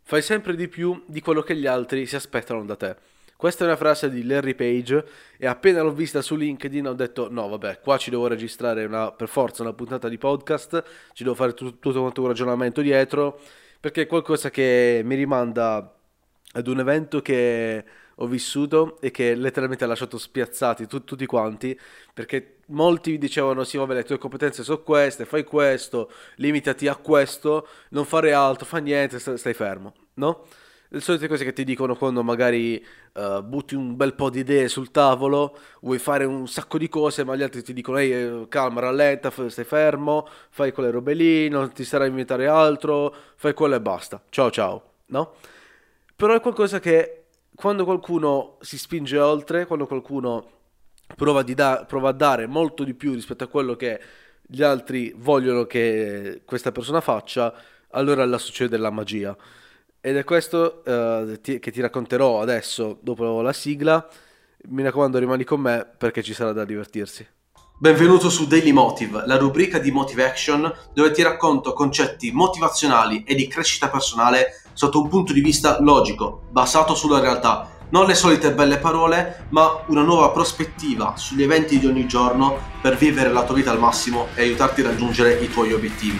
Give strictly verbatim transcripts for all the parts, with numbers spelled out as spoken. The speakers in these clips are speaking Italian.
fai sempre di più di quello che gli altri si aspettano da te. Questa è una frase di Larry Page e appena l'ho vista su LinkedIn ho detto no vabbè, qua ci devo registrare una, per forza una puntata di podcast, ci devo fare tu- tutto quanto un ragionamento dietro, perché è qualcosa che mi rimanda ad un evento che ho vissuto e che letteralmente ha lasciato spiazzati tu- tutti quanti, perché molti mi dicevano sì vabbè le tue competenze sono queste, fai questo, limitati a questo, non fare altro, fa niente, sta- stai fermo, no? Le solite cose che ti dicono quando magari eh, butti un bel po' di idee sul tavolo, vuoi fare un sacco di cose, ma gli altri ti dicono ehi, eh, calma, rallenta, f- stai fermo, fai quelle robe lì, non ti starai a inventare altro, fai quello e basta. Ciao ciao, no? Però è qualcosa che quando qualcuno si spinge oltre, quando qualcuno prova, di da- prova a dare molto di più rispetto a quello che gli altri vogliono che questa persona faccia, allora là succede la magia. Ed è questo eh, ti- che ti racconterò adesso, dopo la sigla. Mi raccomando, rimani con me perché ci sarà da divertirsi. Benvenuto su Daily Motive, la rubrica di Motive Action dove ti racconto concetti motivazionali e di crescita personale sotto un punto di vista logico, basato sulla realtà. Non le solite belle parole, ma una nuova prospettiva sugli eventi di ogni giorno per vivere la tua vita al massimo e aiutarti a raggiungere i tuoi obiettivi.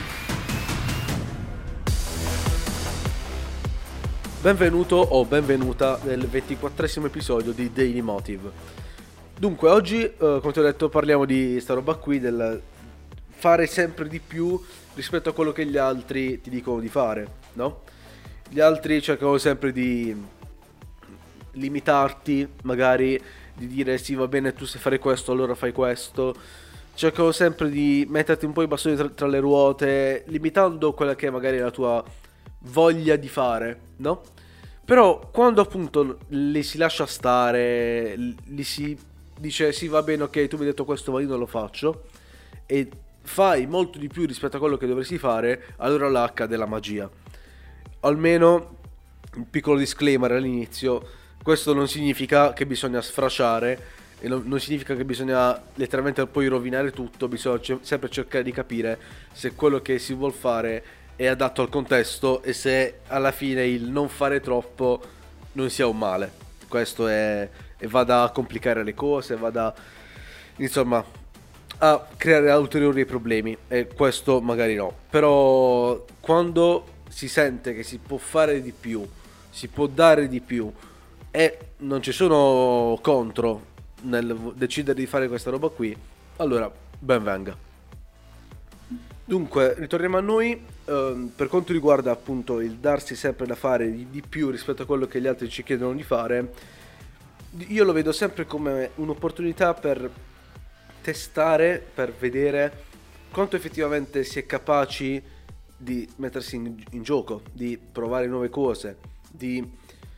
Benvenuto o benvenuta nel ventiquattresimo episodio di Daily Motive. Dunque, oggi, eh, come ti ho detto, parliamo di sta roba qui, del fare sempre di più rispetto a quello che gli altri ti dicono di fare, no? Gli altri cercano sempre di limitarti, magari di dire sì va bene tu sai fare questo allora fai questo, cercano sempre di metterti un po' i bastoni tra, tra le ruote, limitando quella che è magari la tua voglia di fare, no? Però quando appunto li si lascia stare, li si dice sì va bene ok tu mi hai detto questo ma io non lo faccio e fai molto di più rispetto a quello che dovresti fare, allora là accade la magia. Almeno un piccolo disclaimer all'inizio, questo non significa che bisogna sfrasciare e non, non significa che bisogna letteralmente poi rovinare tutto, bisogna ce- sempre cercare di capire se quello che si vuol fare è adatto al contesto e se alla fine il non fare troppo non sia un male. Questo è e vada a complicare le cose, vada insomma a creare ulteriori problemi e questo magari no. Però quando si sente che si può fare di più, si può dare di più e non ci sono contro nel decidere di fare questa roba qui, allora ben venga. Dunque, ritorniamo a noi. Ehm, per quanto riguarda appunto il darsi sempre da fare di, di più rispetto a quello che gli altri ci chiedono di fare, io lo vedo sempre come un'opportunità per testare, per vedere quanto effettivamente si è capaci di mettersi in, in gioco, di provare nuove cose, di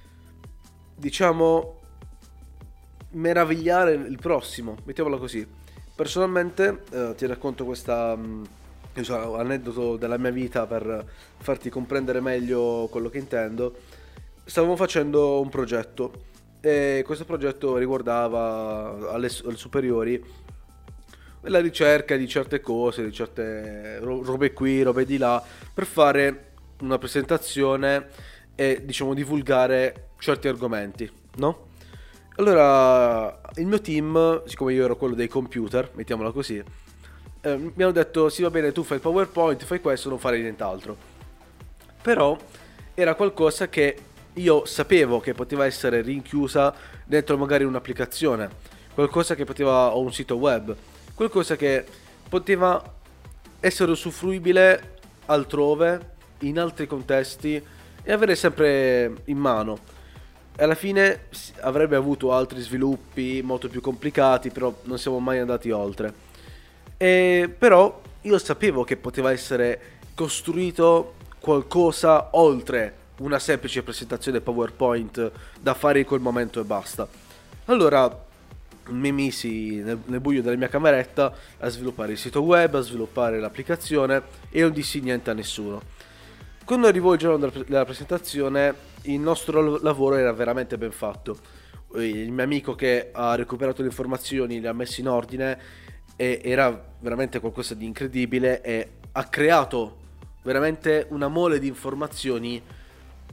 diciamo meravigliare il prossimo, mettiamola così. Personalmente eh, ti racconto questa mh, diciamo, aneddoto della mia vita per farti comprendere meglio quello che intendo. Stavamo facendo un progetto e questo progetto riguardava alle, alle superiori la ricerca di certe cose, di certe ro- robe qui, robe di là, per fare una presentazione e diciamo divulgare certi argomenti, no? Allora, il mio team, siccome io ero quello dei computer, mettiamola così, eh, mi hanno detto sì va bene tu fai il PowerPoint, fai questo, non fare nient'altro. Però era qualcosa che io sapevo che poteva essere rinchiusa dentro magari un'applicazione, qualcosa che poteva, o un sito web, qualcosa che poteva essere usufruibile altrove, in altri contesti e avere sempre in mano. Alla fine s- avrebbe avuto altri sviluppi molto più complicati, però non siamo mai andati oltre. E però io sapevo che poteva essere costruito qualcosa oltre una semplice presentazione PowerPoint da fare in quel momento e basta. Allora mi misi nel, nel buio della mia cameretta a sviluppare il sito web, a sviluppare l'applicazione e non dissi niente a nessuno. Quando arrivò il giorno della, della presentazione, il nostro lavoro era veramente ben fatto. Il mio amico che ha recuperato le informazioni, le ha messe in ordine e era veramente qualcosa di incredibile e ha creato veramente una mole di informazioni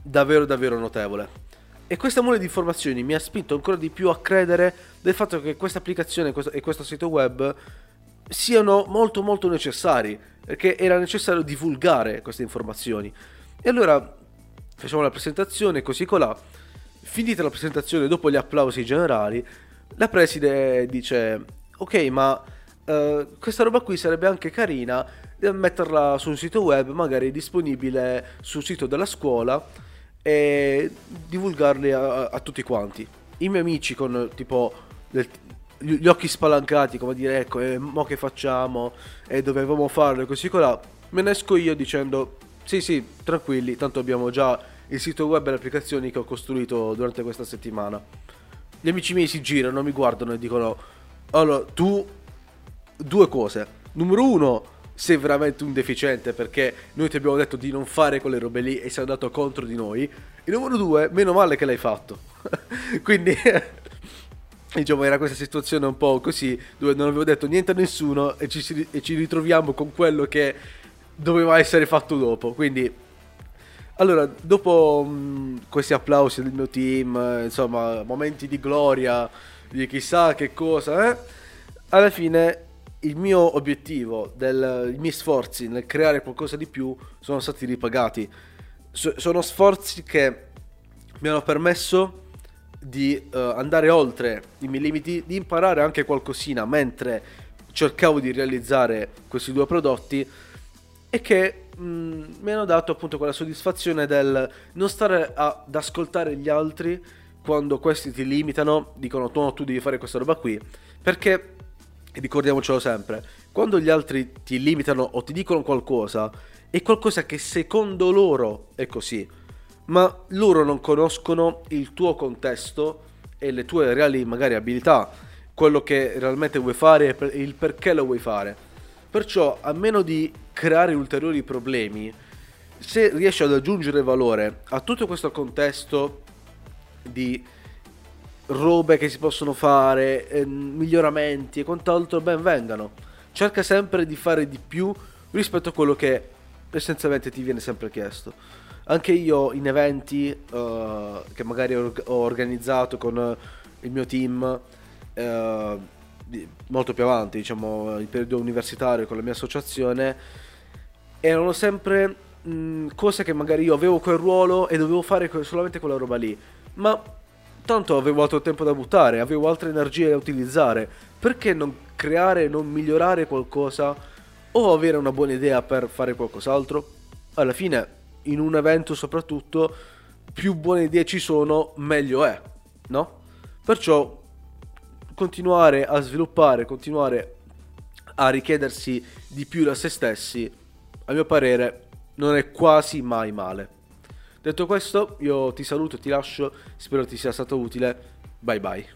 davvero davvero notevole. E questa mole di informazioni mi ha spinto ancora di più a credere del fatto che questa applicazione e questo sito web siano molto molto necessari, perché era necessario divulgare queste informazioni. E allora facciamo la presentazione, così colà. Finita la presentazione, dopo gli applausi generali, la preside dice: ok, ma uh, questa roba qui sarebbe anche carina da metterla su un sito web, magari disponibile sul sito della scuola, e divulgarli a, a tutti quanti. I miei amici con tipo del, gli occhi spalancati, come dire, ecco, e mo che facciamo, e dovevamo farlo e così colà, me ne esco io dicendo: sì sì, tranquilli, tanto abbiamo già il sito web e le applicazioni che ho costruito durante questa settimana. Gli amici miei si girano, mi guardano e dicono: allora, tu, due cose. Numero uno, sei veramente un deficiente, perché noi ti abbiamo detto di non fare quelle robe lì e sei andato contro di noi. E numero due, meno male che l'hai fatto. Quindi diciamo era questa situazione un po' così, dove non avevo detto niente a nessuno e ci, e ci ritroviamo con quello che doveva essere fatto dopo. Quindi allora, dopo mh, questi applausi del mio team, eh, insomma, momenti di gloria, di chissà che cosa, eh, alla fine il mio obiettivo, del, i miei sforzi nel creare qualcosa di più sono stati ripagati. So, sono sforzi che mi hanno permesso di uh, andare oltre i miei limiti, di imparare anche qualcosina mentre cercavo di realizzare questi due prodotti, e che mh, mi hanno dato appunto quella soddisfazione del non stare a, ad ascoltare gli altri quando questi ti limitano, dicono no, tu devi fare questa roba qui, perché ricordiamocelo sempre, quando gli altri ti limitano o ti dicono qualcosa, è qualcosa che secondo loro è così, ma loro non conoscono il tuo contesto e le tue reali magari abilità, quello che realmente vuoi fare e il perché lo vuoi fare. Perciò, a meno di creare ulteriori problemi, se riesci ad aggiungere valore a tutto questo contesto di robe che si possono fare, eh, miglioramenti e quant'altro, ben vengano. Cerca sempre di fare di più rispetto a quello che essenzialmente ti viene sempre chiesto. Anche io in eventi uh, che magari ho organizzato con il mio team uh, molto più avanti, diciamo il periodo universitario con la mia associazione, erano sempre mh, cose che magari io avevo quel ruolo e dovevo fare solamente quella roba lì, ma tanto avevo altro tempo da buttare, avevo altre energie da utilizzare, perché non creare e non migliorare qualcosa o avere una buona idea per fare qualcos'altro? Alla fine, in un evento soprattutto, più buone idee ci sono, meglio è, no? Perciò continuare a sviluppare, continuare a richiedersi di più da se stessi, a mio parere, non è quasi mai male. Detto questo, io ti saluto, ti lascio, spero ti sia stato utile, bye bye.